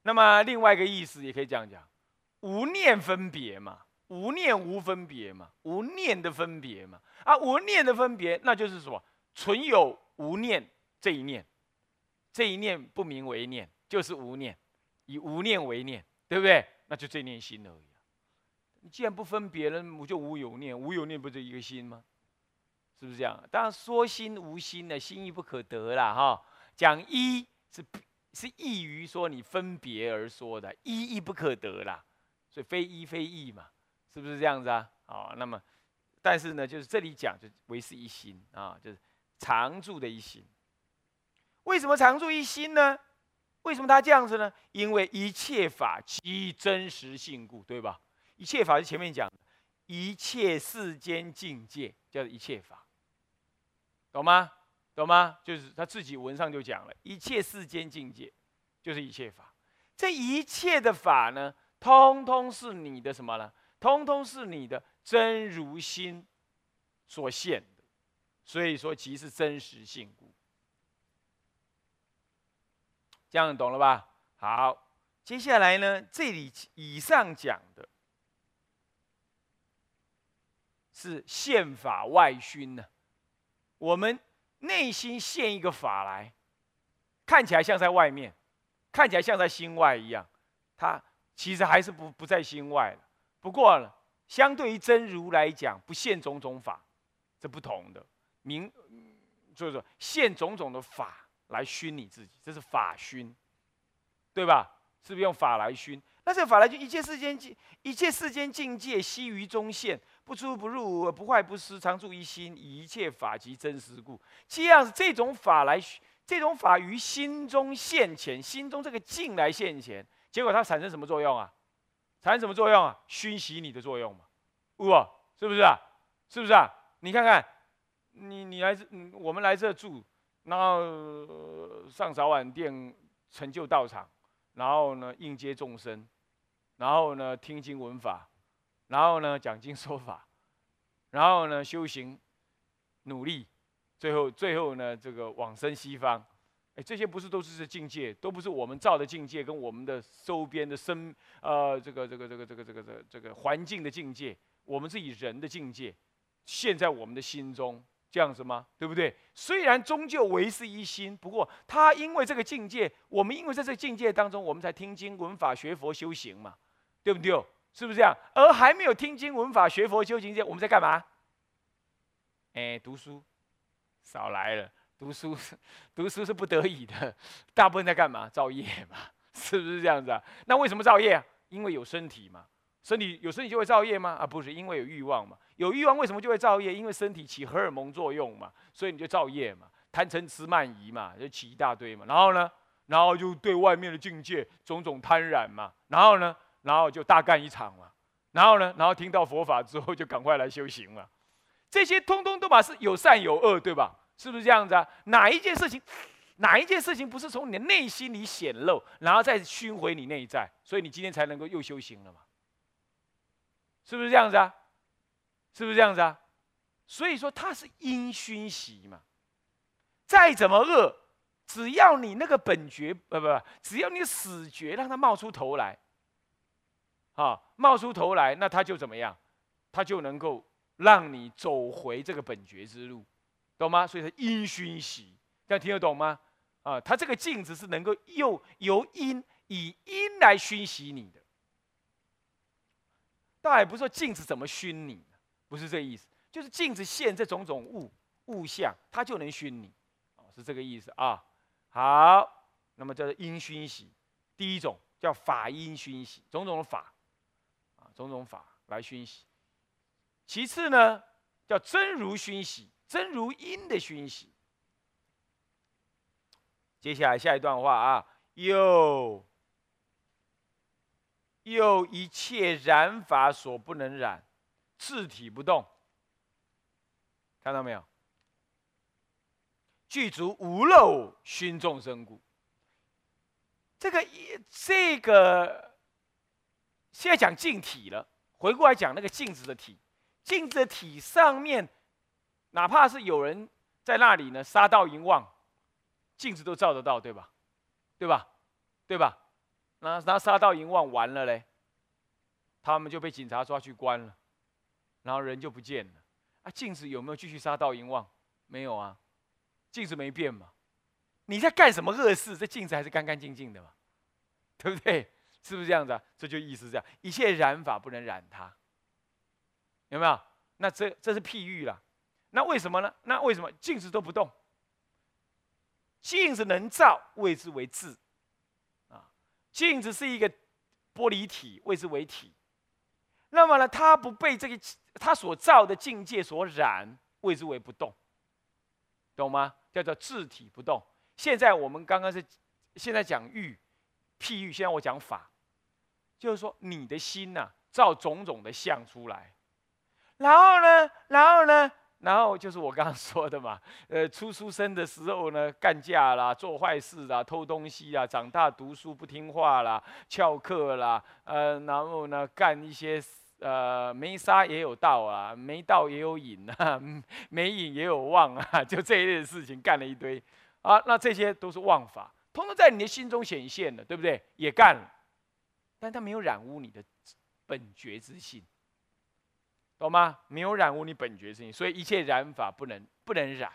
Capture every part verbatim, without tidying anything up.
那么另外一个意思也可以这样讲，无念分别嘛，无念无分别嘛，无念的分别嘛。啊，无念的分别，那就是什么？存有无念这一念，这一念不名为念，就是无念，以无念为念，对不对？那就这念心而已啊。你既然不分别了，我就无有念，无有念不就一个心吗？是不是这样？当然说心无心的，心意不可得啦哈。讲一是是异于说你分别而说的，一亦不可得啦，所以非一非异嘛，是不是这样子啊？好，那么但是呢，就是这里讲就唯是一心啊，就是常住的一心。为什么常住一心呢？为什么他这样子呢？因为一切法其真实性故，对吧？一切法是前面讲的，一切世间境界叫做一切法，懂吗？懂吗？就是他自己文上就讲了，一切世间境界就是一切法。这一切的法呢，通通是你的什么呢？通通是你的真如心所现的，所以说即是真实性故。这样懂了吧？好，接下来呢，这里以上讲的是现法外熏呢。我们内心现一个法来，看起来像在外面，看起来像在心外一样，它其实还是不不在心外了。不过呢，相对于真如来讲，不现种种法，这不同的。明就是说现种种的法来熏你自己，这是法熏，对吧？是不是用法来熏？那这个法来熏，一切世间境，一切世间境界，悉于中现，不出不入，不坏不失，常住一心，以一切法即真实故。这样子，这种法来，这种法于心中现前，心中这个境来现前，结果它产生什么作用啊？产生什么作用啊？熏习你的作用嘛，哇，是不是啊？是不是啊？你看看，你你来这，我们来这住，然后、呃、上早晚殿，成就道场，然后呢应接众生，然后呢听经闻法，然后呢讲经说法，然后呢修行努力，最后最后呢这个往生西方。哎，这些不是都是境界，都不是我们造的境界，跟我们的周边的生呃这个这个这个这个这个这个这个环境的境界，我们是以人的境界现在我们的心中，这样子吗？对不对？虽然终究唯是一心，不过他因为这个境界，我们因为在这个境界当中，我们才听经闻法学佛修行嘛，对不对？是不是这样？而还没有听经闻法学佛修行这，我们在干嘛？哎，读书少来了。读书，读书是不得已的，大部分在干嘛？造业嘛，是不是这样子啊？那为什么造业啊？因为有身体嘛，身体有身体就会造业吗？啊，不是，因为有欲望嘛。有欲望为什么就会造业？因为身体起荷尔蒙作用嘛，所以你就造业嘛，贪嗔痴慢疑嘛，就起一大堆嘛。然后呢，然后就对外面的境界种种贪染嘛，然后呢，然后就大干一场嘛，然后呢，然后听到佛法之后就赶快来修行嘛。这些通通都把是有善有恶，对吧？是不是这样子啊？哪一件事情，哪一件事情不是从你的内心里显露，然后再熏回你内在，所以你今天才能够又修行了嘛？是不是这样子啊？是不是这样子啊？所以说它是因熏习嘛。再怎么恶，只要你那个本觉，呃不不，只要你死觉让它冒出头来，啊，冒出头来，那它就怎么样？它就能够让你走回这个本觉之路。懂吗？所以它因熏习，这样听得懂吗？啊，它这个镜子是能够又由因以因来熏习你的，倒也不是说镜子怎么熏你，不是这个意思，就是镜子现这种种物物象，它就能熏你，哦，是这个意思啊。好，那么叫做因熏习，第一种叫法因熏习，种种的法啊，种种法来熏习。其次呢，叫真如熏习。真如因的熏习。接下来下一段话啊，又又一切染法所不能染，自体不动。看到没有？具足无漏熏众生故。这个这个现在讲镜体了，回过来讲那个镜子的体，镜子的体上面。哪怕是有人在那里呢，杀盗淫妄，镜子都照得到，对吧？对吧？对吧？ 那那杀盗淫妄完了嘞，他们就被警察抓去关了，然后人就不见了。啊，镜子有没有继续杀盗淫妄？没有啊，镜子没变嘛。你在干什么恶事？这镜子还是干干净净的嘛，对不对？是不是这样子啊？这就意思这样，一切染法不能染它，有没有？那这这是譬喻啦。那为什么呢？那为什么镜子都不动？镜子能照，谓之为质啊。镜子是一个玻璃体，谓之为体。那么呢，它不被这个它所照的境界所染，谓之为不动，懂吗？叫做质体不动。现在我们刚刚是现在讲喻譬喻，现在我讲法。就是说，你的心呐、啊，照种种的相出来，然后呢，然后呢，然后就是我刚刚说的嘛，呃，出出生的时候呢，干架啦，做坏事啦，偷东西啦，长大读书不听话啦，翘课啦，呃，然后呢，干一些呃没杀也有道啊，没道也有瘾啊，没瘾也有妄啊，就这一类的事情干了一堆啊，那这些都是妄法，通通在你的心中显现了，对不对？也干了。但它没有染污你的本觉之性，懂吗？没有染污你本觉之性，所以一切染法不能不能染，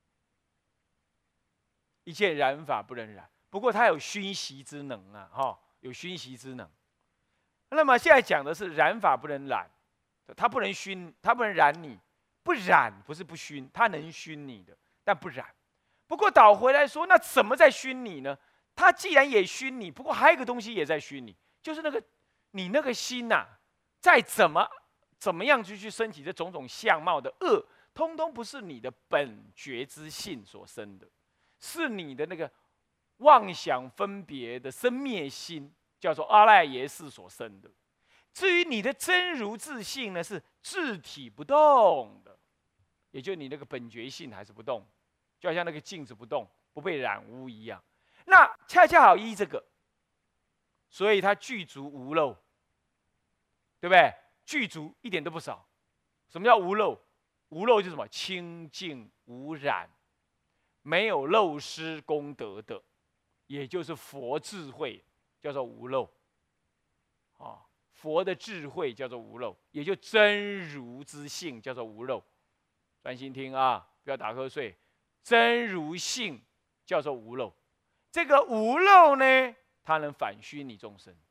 一切染法不能染。不过它有熏习之能啊，哈、哦，有熏习之能。那么现在讲的是染法不能染，它不能熏，它不能染你，不染不是不熏，它能熏你的，但不染。不过倒回来说，那怎么在熏你呢？它既然也熏你，不过还有一个东西也在熏你。就是那个，你那个心呐、啊，再怎么怎么样去去升起这种种相貌的恶，通通不是你的本觉之性所生的，是你的那个妄想分别的生灭心，叫做阿赖耶识所生的。至于你的真如自性呢，是自体不动的，也就你那个本觉性还是不动，就好像那个镜子不动，不被染污一样。那恰恰好依这个。所以它具足无漏，对不对？具足一点都不少。什么叫无漏？无漏就是什么？清净无染，没有漏失功德的，也就是佛智慧，叫做无漏。啊，佛的智慧叫做无漏，也就真如之性叫做无漏。专心听啊，不要打瞌睡。真如性叫做无漏，这个无漏呢？它能反熏你众生，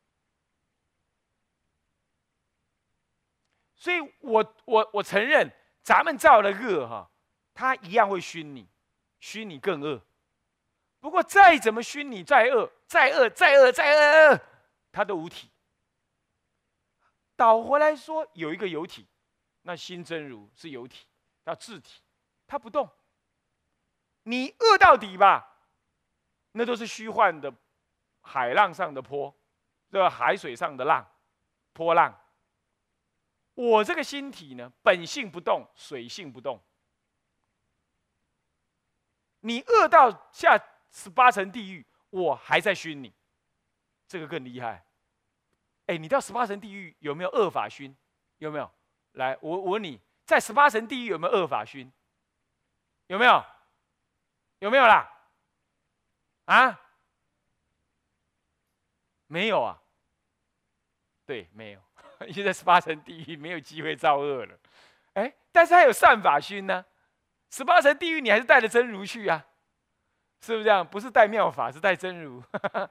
所以我我我承认，咱们造的恶哈，它一样会熏你，熏你更恶。不过再怎么熏你，再恶，再恶，再恶，再恶，它都无体。倒回来说，有一个有体，那心真如是有体，叫自体，它不动。你恶到底吧，那都是虚幻的。海浪上的波，对吧？海水上的浪，波浪。我这个心体呢，本性不动，水性不动。你恶到下十八层地狱，我还在熏你，这个更厉害。哎，你到十八层地狱有没有恶法熏？有没有？来，我我问你，在十八层地狱有没有恶法熏？有没有？有没有啦？啊？没有啊，对，没有，因为在十八层地狱没有机会造恶了，哎，但是还有善法熏呢。十八层地狱你还是带着真如去啊，是不是这样？不是带妙法，是带真如，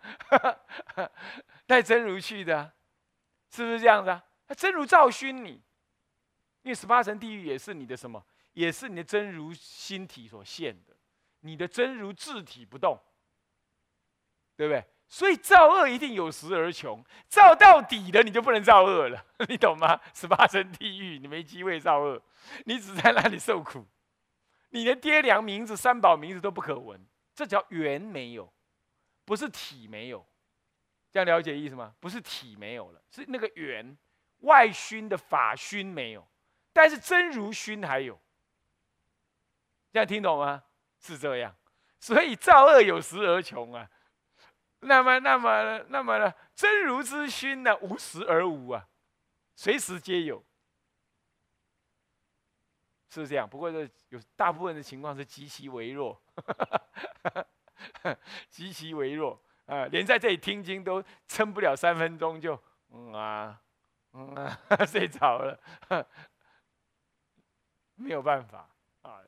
带真如去的、啊，是不是这样子啊？他真如照熏你，因为十八层地狱也是你的什么？也是你的真如心体所现的，你的真如智体不动，对不对？所以造恶一定有时而穷，造到底了你就不能造恶了，你懂吗？十八层地狱你没机会造恶，你只在那里受苦，你连爹娘名字、三宝名字都不可闻，这叫缘没有，不是体没有。这样了解意思吗？不是体没有了，是那个缘外熏的法熏没有，但是真如熏还有。这样听懂吗？是这样，所以造恶有时而穷啊。那么，那么，那么呢？真如之熏呢，无时而无啊，随时皆有，是不是这样？不过这有大部分的情况是极其微弱，极其微弱啊，连在这里听经都撑不了三分钟就嗯啊嗯啊睡着了，没有办法啊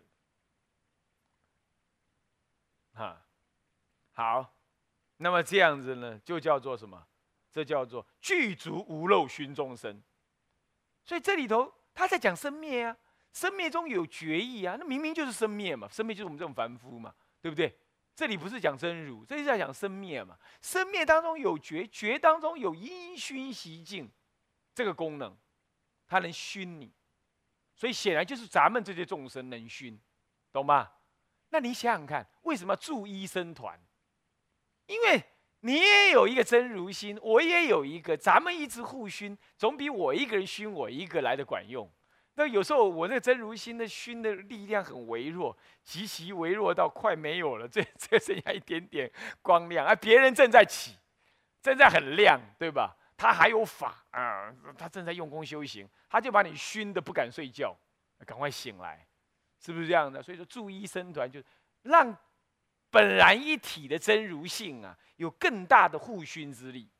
哈。好，那么这样子呢，就叫做什么？这叫做具足无漏熏众生。所以这里头他在讲生灭啊，生灭中有觉意啊，那明明就是生灭嘛，生灭就是我们这种凡夫嘛，对不对？这里不是讲真如，这是在讲生灭嘛。生灭当中有觉，觉当中有因熏习境这个功能，它能熏你，所以显然就是咱们这些众生能熏，懂吗？那你想想看，为什么要助一生团？因为你也有一个真如心，我也有一个，咱们一直互熏，总比我一个人熏我一个来的管用。那有时候我那个真如心的熏的力量很微弱，极其微弱到快没有了，这这剩下一点点光亮，而别人正在起，正在很亮，对吧？他还有法啊，他正在用功修行，他就把你熏得不敢睡觉，赶快醒来，是不是这样的？所以说助一生团就是让本然一体的真如性啊，有更大的护熏之力，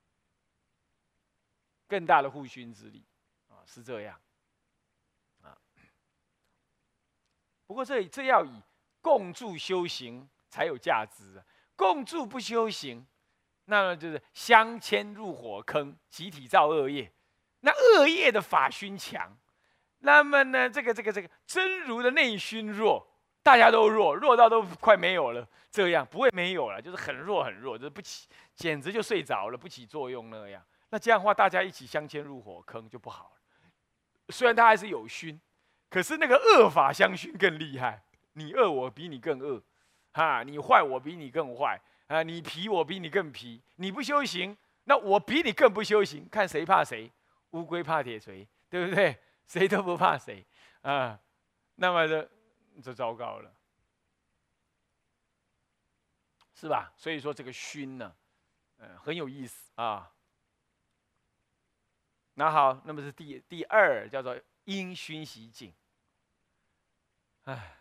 更大的护熏之力啊，是这样啊。不过这这要以共助修行才有价值啊，共助不修行，那么就是相牵入火坑，集体造恶业。那恶业的法熏强，那么呢，这个这个这个真如的内熏弱。大家都弱，弱到都快没有了。这样不会没有了，就是很弱很弱，就是不起，简直就睡着了，不起作用那样。那这样的话，大家一起相牵入火坑就不好了。虽然他还是有熏，可是那个恶法相熏更厉害。你恶我比你更恶，哈，你坏我比你更坏啊，你皮我比你更皮。你不修行，那我比你更不修行。看谁怕谁，乌龟怕铁锤，对不对？谁都不怕谁啊。那么的。这糟糕了，是吧？所以说这个熏呢，呃，很有意思啊。那好，那么是第第二，叫做因熏习境。哎，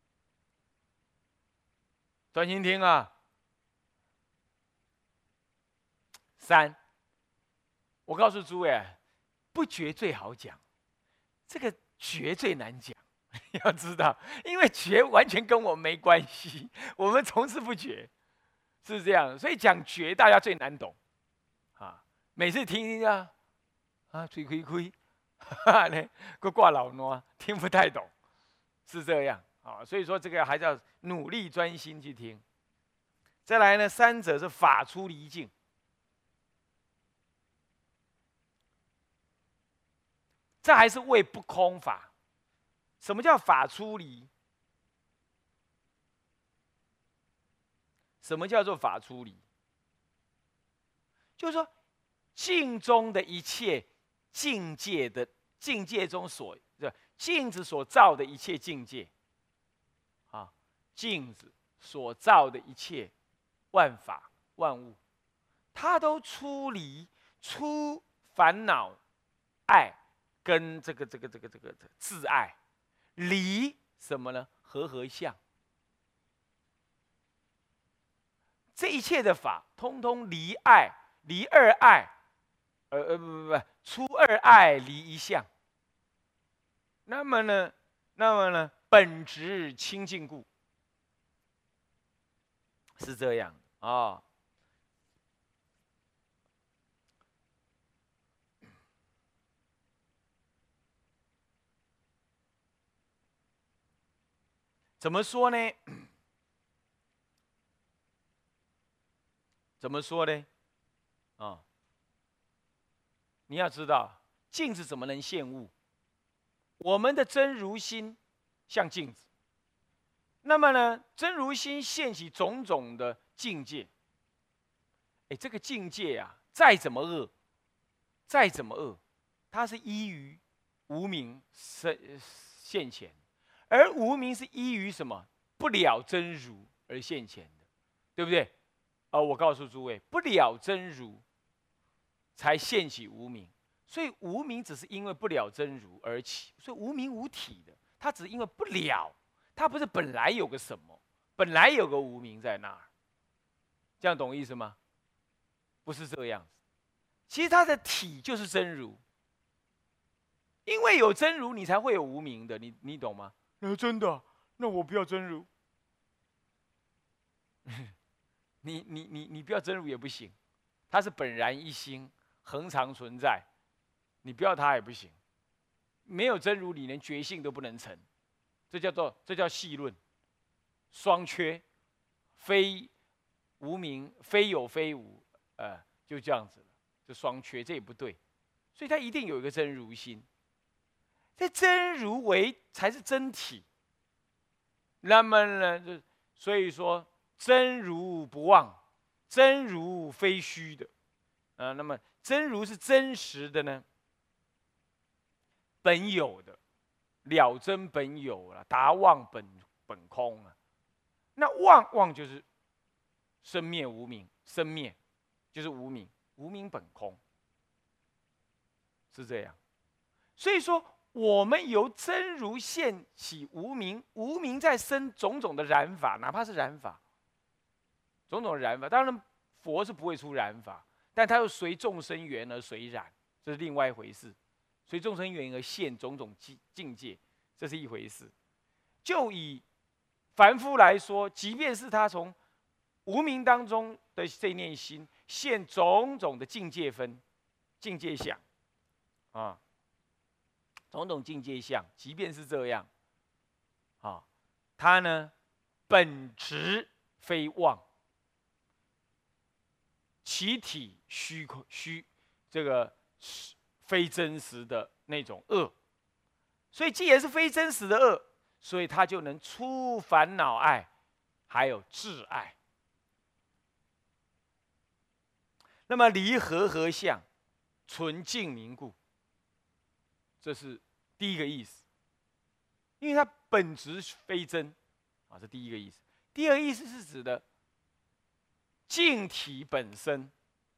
专心听啊。三，我告诉诸位，不觉最好讲，这个觉最难讲。要知道，因为觉完全跟我没关系，我们从事不觉，是这样，所以讲觉大家最难懂，啊，每次听听啊，啊，吹亏亏，哈哈呢，个挂老挪，听不太懂，是这样啊，所以说这个还是要努力专心去听。再来呢，三者是法出离境，这还是为不空法。什么叫法出离？什么叫做法出离？就是说，境中的一切境界的境界中所，镜子所造的一切境界，啊，镜子所造的一切万法万物，它都出离出烦恼、爱跟这个这个这个这个自爱。离什么呢？和合相。这一切的法，通通离爱，离二爱，呃呃不不不，出二爱，离一相。那么呢，那么呢，本质清净故，是这样啊。哦，怎么说呢？怎么说呢？啊、哦，你要知道，镜子怎么能现物？我们的真如心像镜子，那么呢，真如心现起种种的境界。哎，这个境界啊，再怎么恶，再怎么恶，它是依于无明现前，而无明是依于什么？不了真如而现前的，对不对？啊，我告诉诸位，不了真如，才现起无明。所以无明只是因为不了真如而起，所以无明无体的，它只是因为不了，它不是本来有个什么，本来有个无明在那儿。 这样懂意思吗？不是这样子。其实它的体就是真如，因为有真如，你才会有无明的，你你懂吗？那、呃、真的，那我不要真如。你你你你不要真如也不行，它是本然一心，恒常存在，你不要它也不行。没有真如，你连觉性都不能成，这叫做这叫细论，双缺，非无明，非有非无，呃，就这样子了，就双缺，这也不对，所以它一定有一个真如心，这真如为才是真体。那么呢，就所以说真如不妄，真如非虚的，啊、呃，那么真如是真实的呢？本有的，了真本有了，达妄本本空了。那妄妄就是生灭无明，生灭就是无明，无明本空，是这样。所以说，我们由真如现起无明，无明在生种种的染法，哪怕是染法，种种的染法。当然，佛是不会出染法，但他又随众生缘而随染，这是另外一回事。随众生缘而现种种境界，这是一回事。就以凡夫来说，即便是他从无明当中的这念心现种种的境界分、境界相，啊，种种境界相，即便是这样，啊，他呢本质非妄，其体虚空虚，这个非真实的那种恶，所以既然是非真实的恶，所以他就能出烦恼爱，还有智爱。那么离和合相，纯净明故，这是第一个意思，因为它本质非真啊，这第一个意思。第二个意思是指的净体本身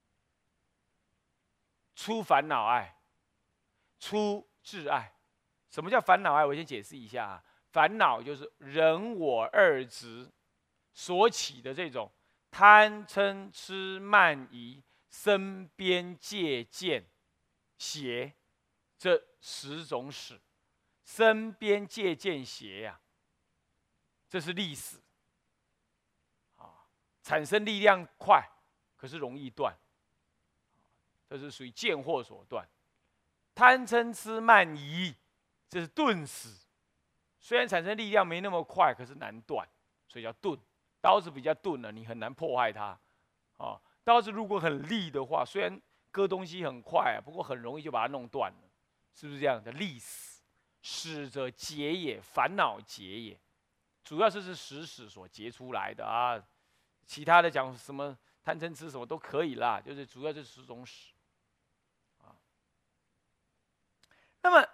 出烦恼爱，出智爱。什么叫烦恼爱？我先解释一下啊。烦恼就是人我二执所起的这种贪嗔痴慢疑身边界见邪这十种始。身边界见邪呀、啊，这是历史啊，产生力量快，可是容易断，这是属于见惑所断。贪嗔痴慢疑，这是钝死，虽然产生力量没那么快，可是难断，所以叫钝。刀子比较钝了，你很难破坏它。啊，刀子如果很利的话，虽然割东西很快啊，不过很容易就把它弄断了，是不是这样的？历死。使者结也，烦恼结也，主要是是识使所结出来的啊。其他的讲什么贪嗔痴什么都可以啦，就是主要是十种使啊。那么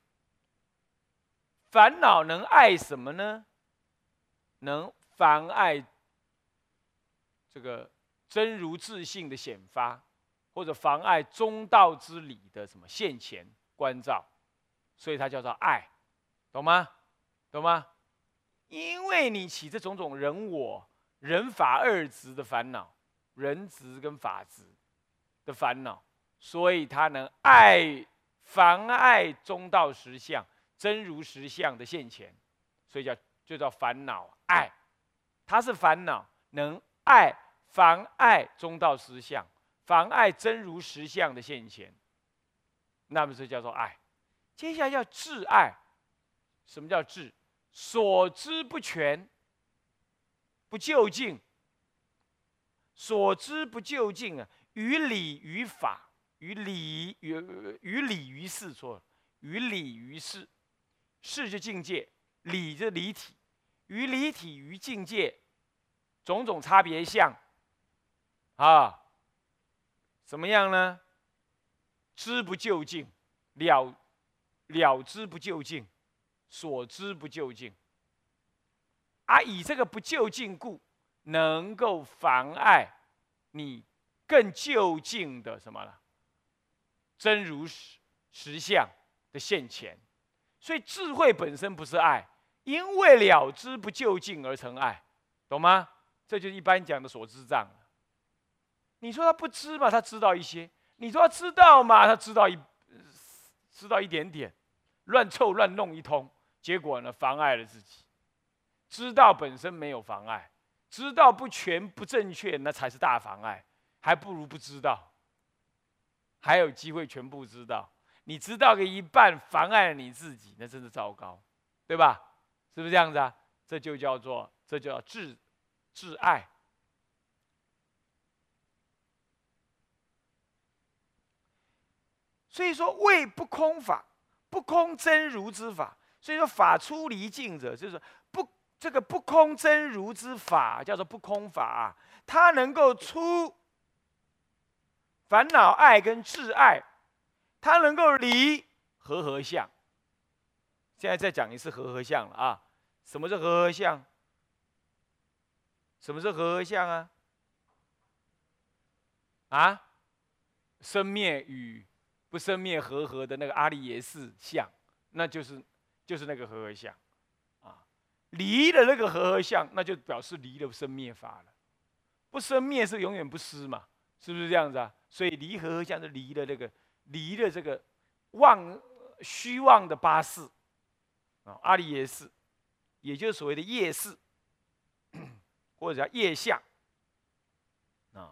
烦恼能碍什么呢？能妨碍这个真如自性的显发，或者妨碍中道之理的什么现前关照。所以它叫做爱，懂吗？懂吗？因为你起这种种人我、人法二执的烦恼，人执跟法执的烦恼，所以它能爱妨碍中道实相、真如实相的现前，所以叫就叫烦恼爱。它是烦恼，能爱妨碍中道实相、妨碍真如实相的现前，那么这叫做爱。接下来要智爱，什么叫智？所知不全，不究竟。所知不究竟啊，于理于法，于理于于理于事，错了，于理于事，事就境界，理就理体，于理体于境界，种种差别相啊，怎么样呢？知不究竟，了。了知不究竟，所知不究竟，啊，以这个不究竟故，能够妨碍你更究竟的什么了？真如实实相的现前。所以智慧本身不是爱，因为了知不究竟而成爱，懂吗？这就是一般讲的所知障了。 你说他不知嘛？他知道一些。你说他知道嘛？他知道一知道一点点，乱凑乱弄一通，结果呢，妨碍了自己。知道本身没有妨碍，知道不全不正确，那才是大妨碍，还不如不知道。还有机会全部知道，你知道个一半，妨碍了你自己，那真是糟糕，对吧？是不是这样子啊？这就叫做这叫自自爱。所以说，谓不空法，不空真如之法。所以说，法出离境者，就是不这个不空真如之法，叫做不空法、啊。它能够出烦恼爱跟智爱，它能够离和合相。现在再讲一次和合相了啊！什么是和合相？什么是和合相啊？啊？生灭与不生灭和合的那个阿赖耶识相，那就是就是那个和合相啊。离了那个和合相，那就表示离了生灭法了。不生灭是永远不失嘛，是不是这样子啊？所以离和合相是离了这个离了这个妄虚妄的八识啊，阿赖耶识，也就是所谓的业识，或者叫业相啊。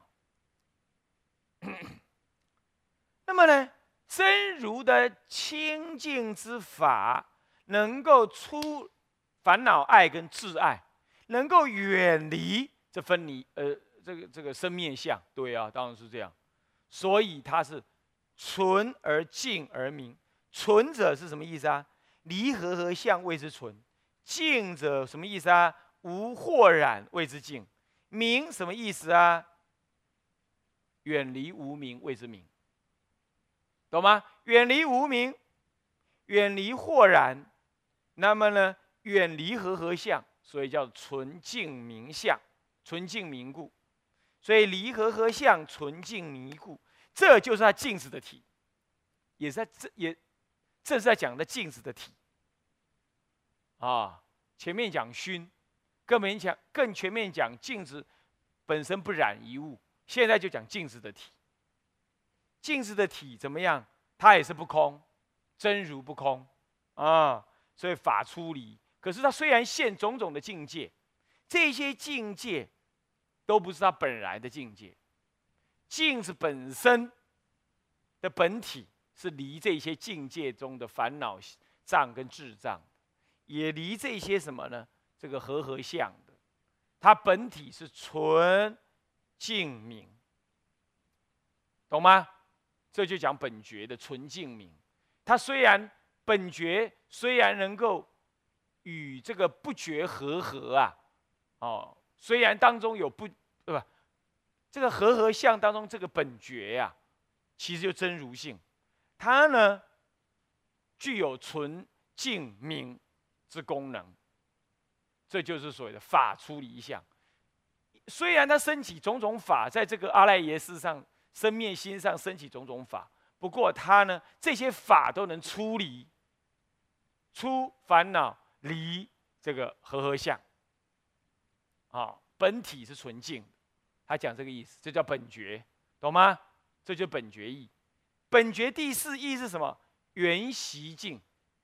那么呢，真如的清净之法，能够出烦恼爱跟智爱，能够远离这分离呃这个这个生灭相。对啊，当然是这样。所以它是纯而净而明。纯者是什么意思啊？离和合相谓之纯。净者什么意思啊？无惑染谓之净。明什么意思啊？远离无明谓之明。懂吗？远离无明，远离惑然，那么呢，远离和合相，所以叫纯净明相，纯净明故。所以离和合相，纯净明故，这就是他镜子的体，也是在这也正是在讲的镜子的体啊。前面讲熏，更没讲更全面讲镜子本身不染一物，现在就讲镜子的体。镜子的体怎么样？它也是不空，真如不空啊，所以法出离。可是它虽然现种种的境界，这些境界都不是它本来的境界。镜子本身的本体是离这些境界中的烦恼障跟智障，也离这些什么呢？这个和合相的，它本体是纯净明，懂吗？这就讲本觉的纯净明。它虽然本觉虽然能够与这个不觉和合啊，哦，虽然当中有不对吧？这个和合相当中这个本觉呀、啊，其实就真如性，它呢具有纯净明之功能，这就是所谓的法出离相。虽然它升起种种法，在这个阿赖耶识上。生灭心上升起种种法，不过他呢，这些法都能出离、出烦恼、离这个和合相。啊，本体是纯净的，他讲这个意思，这叫本觉，懂吗？这就本觉义。本觉第四义是什么？缘习境，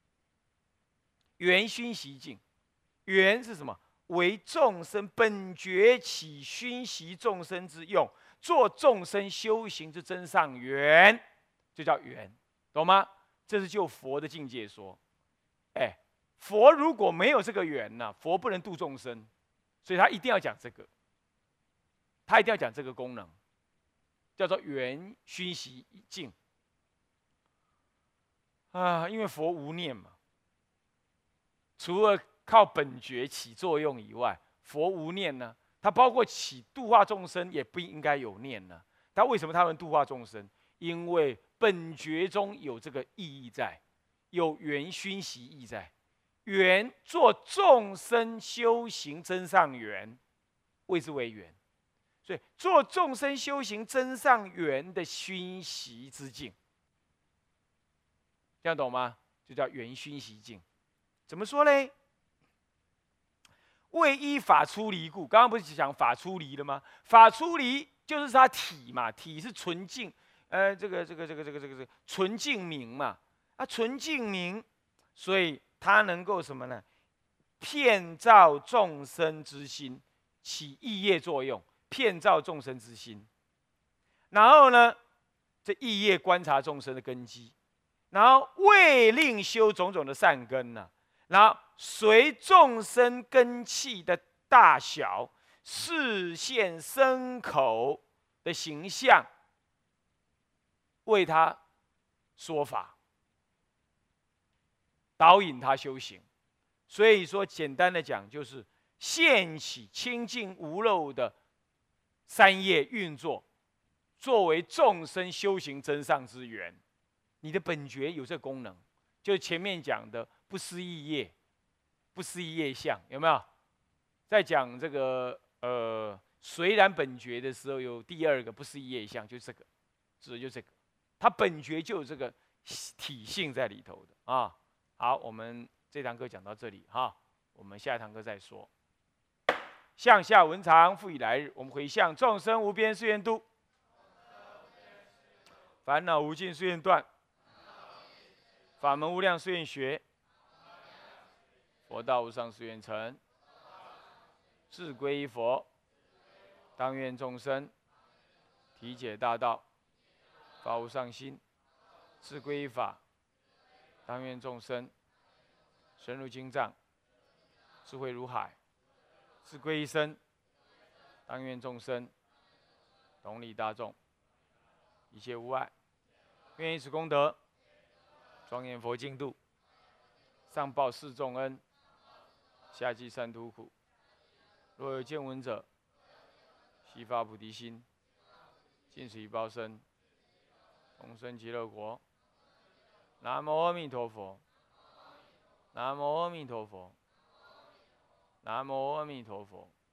缘熏习境。缘是什么？为众生本觉起熏习众生之用。做众生修行之真上缘，就叫缘，懂吗？这是就佛的境界说。哎，佛如果没有这个缘呢、啊，佛不能度众生，所以他一定要讲这个，他一定要讲这个功能，叫做缘熏习境啊。因为佛无念嘛，除了靠本觉起作用以外，佛无念呢。它包括起度化众生，也不应该有念呢。他为什么他们度化众生？因为本觉中有这个意义在，有缘熏习意在。缘做众生修行真上缘，谓之为缘。所以做众生修行真上缘的熏习之境，这样懂吗？就叫缘熏习境。怎么说嘞？为依法出离故，刚刚不是讲法出离了吗？法出离就是他体嘛，体是纯净，呃，这个这个这个这个这个这个纯净明嘛，啊，纯净明，所以他能够什么呢？遍照众生之心，起异业作用，遍照众生之心。然后呢，这异业观察众生的根基，然后为令修种种的善根呢、啊，然后随众生根器的大小，视现身口的形象，为他说法，导引他修行。所以说，简单的讲，就是现起清净无漏的三业运作，作为众生修行真上之源。你的本觉有这功能，就前面讲的不思议业、不思议业相，有没有？在讲这个呃，虽然本觉的时候，有第二个不思议业相，就这个，指的就这个，它本觉就有这个体性在里头的啊。好，我们这堂课讲到这里哈，我们下一堂课再说。向下文长，复以来日，我们回向众生无边誓愿度，烦恼无尽誓愿断，法门无量誓愿学，佛道无上誓愿成。志归依佛，当愿众生体解大道，发无上心；志归依法，当愿众生深入经藏，智慧如海；志归一生，当愿众生同理大众，一切无碍。愿以此功德，庄严佛净土，上报四重恩，下济三途苦。若有见闻者，悉发菩提心，尽此一报身，同生极乐国。南无阿弥陀佛。南无阿弥陀佛。南无阿弥陀佛。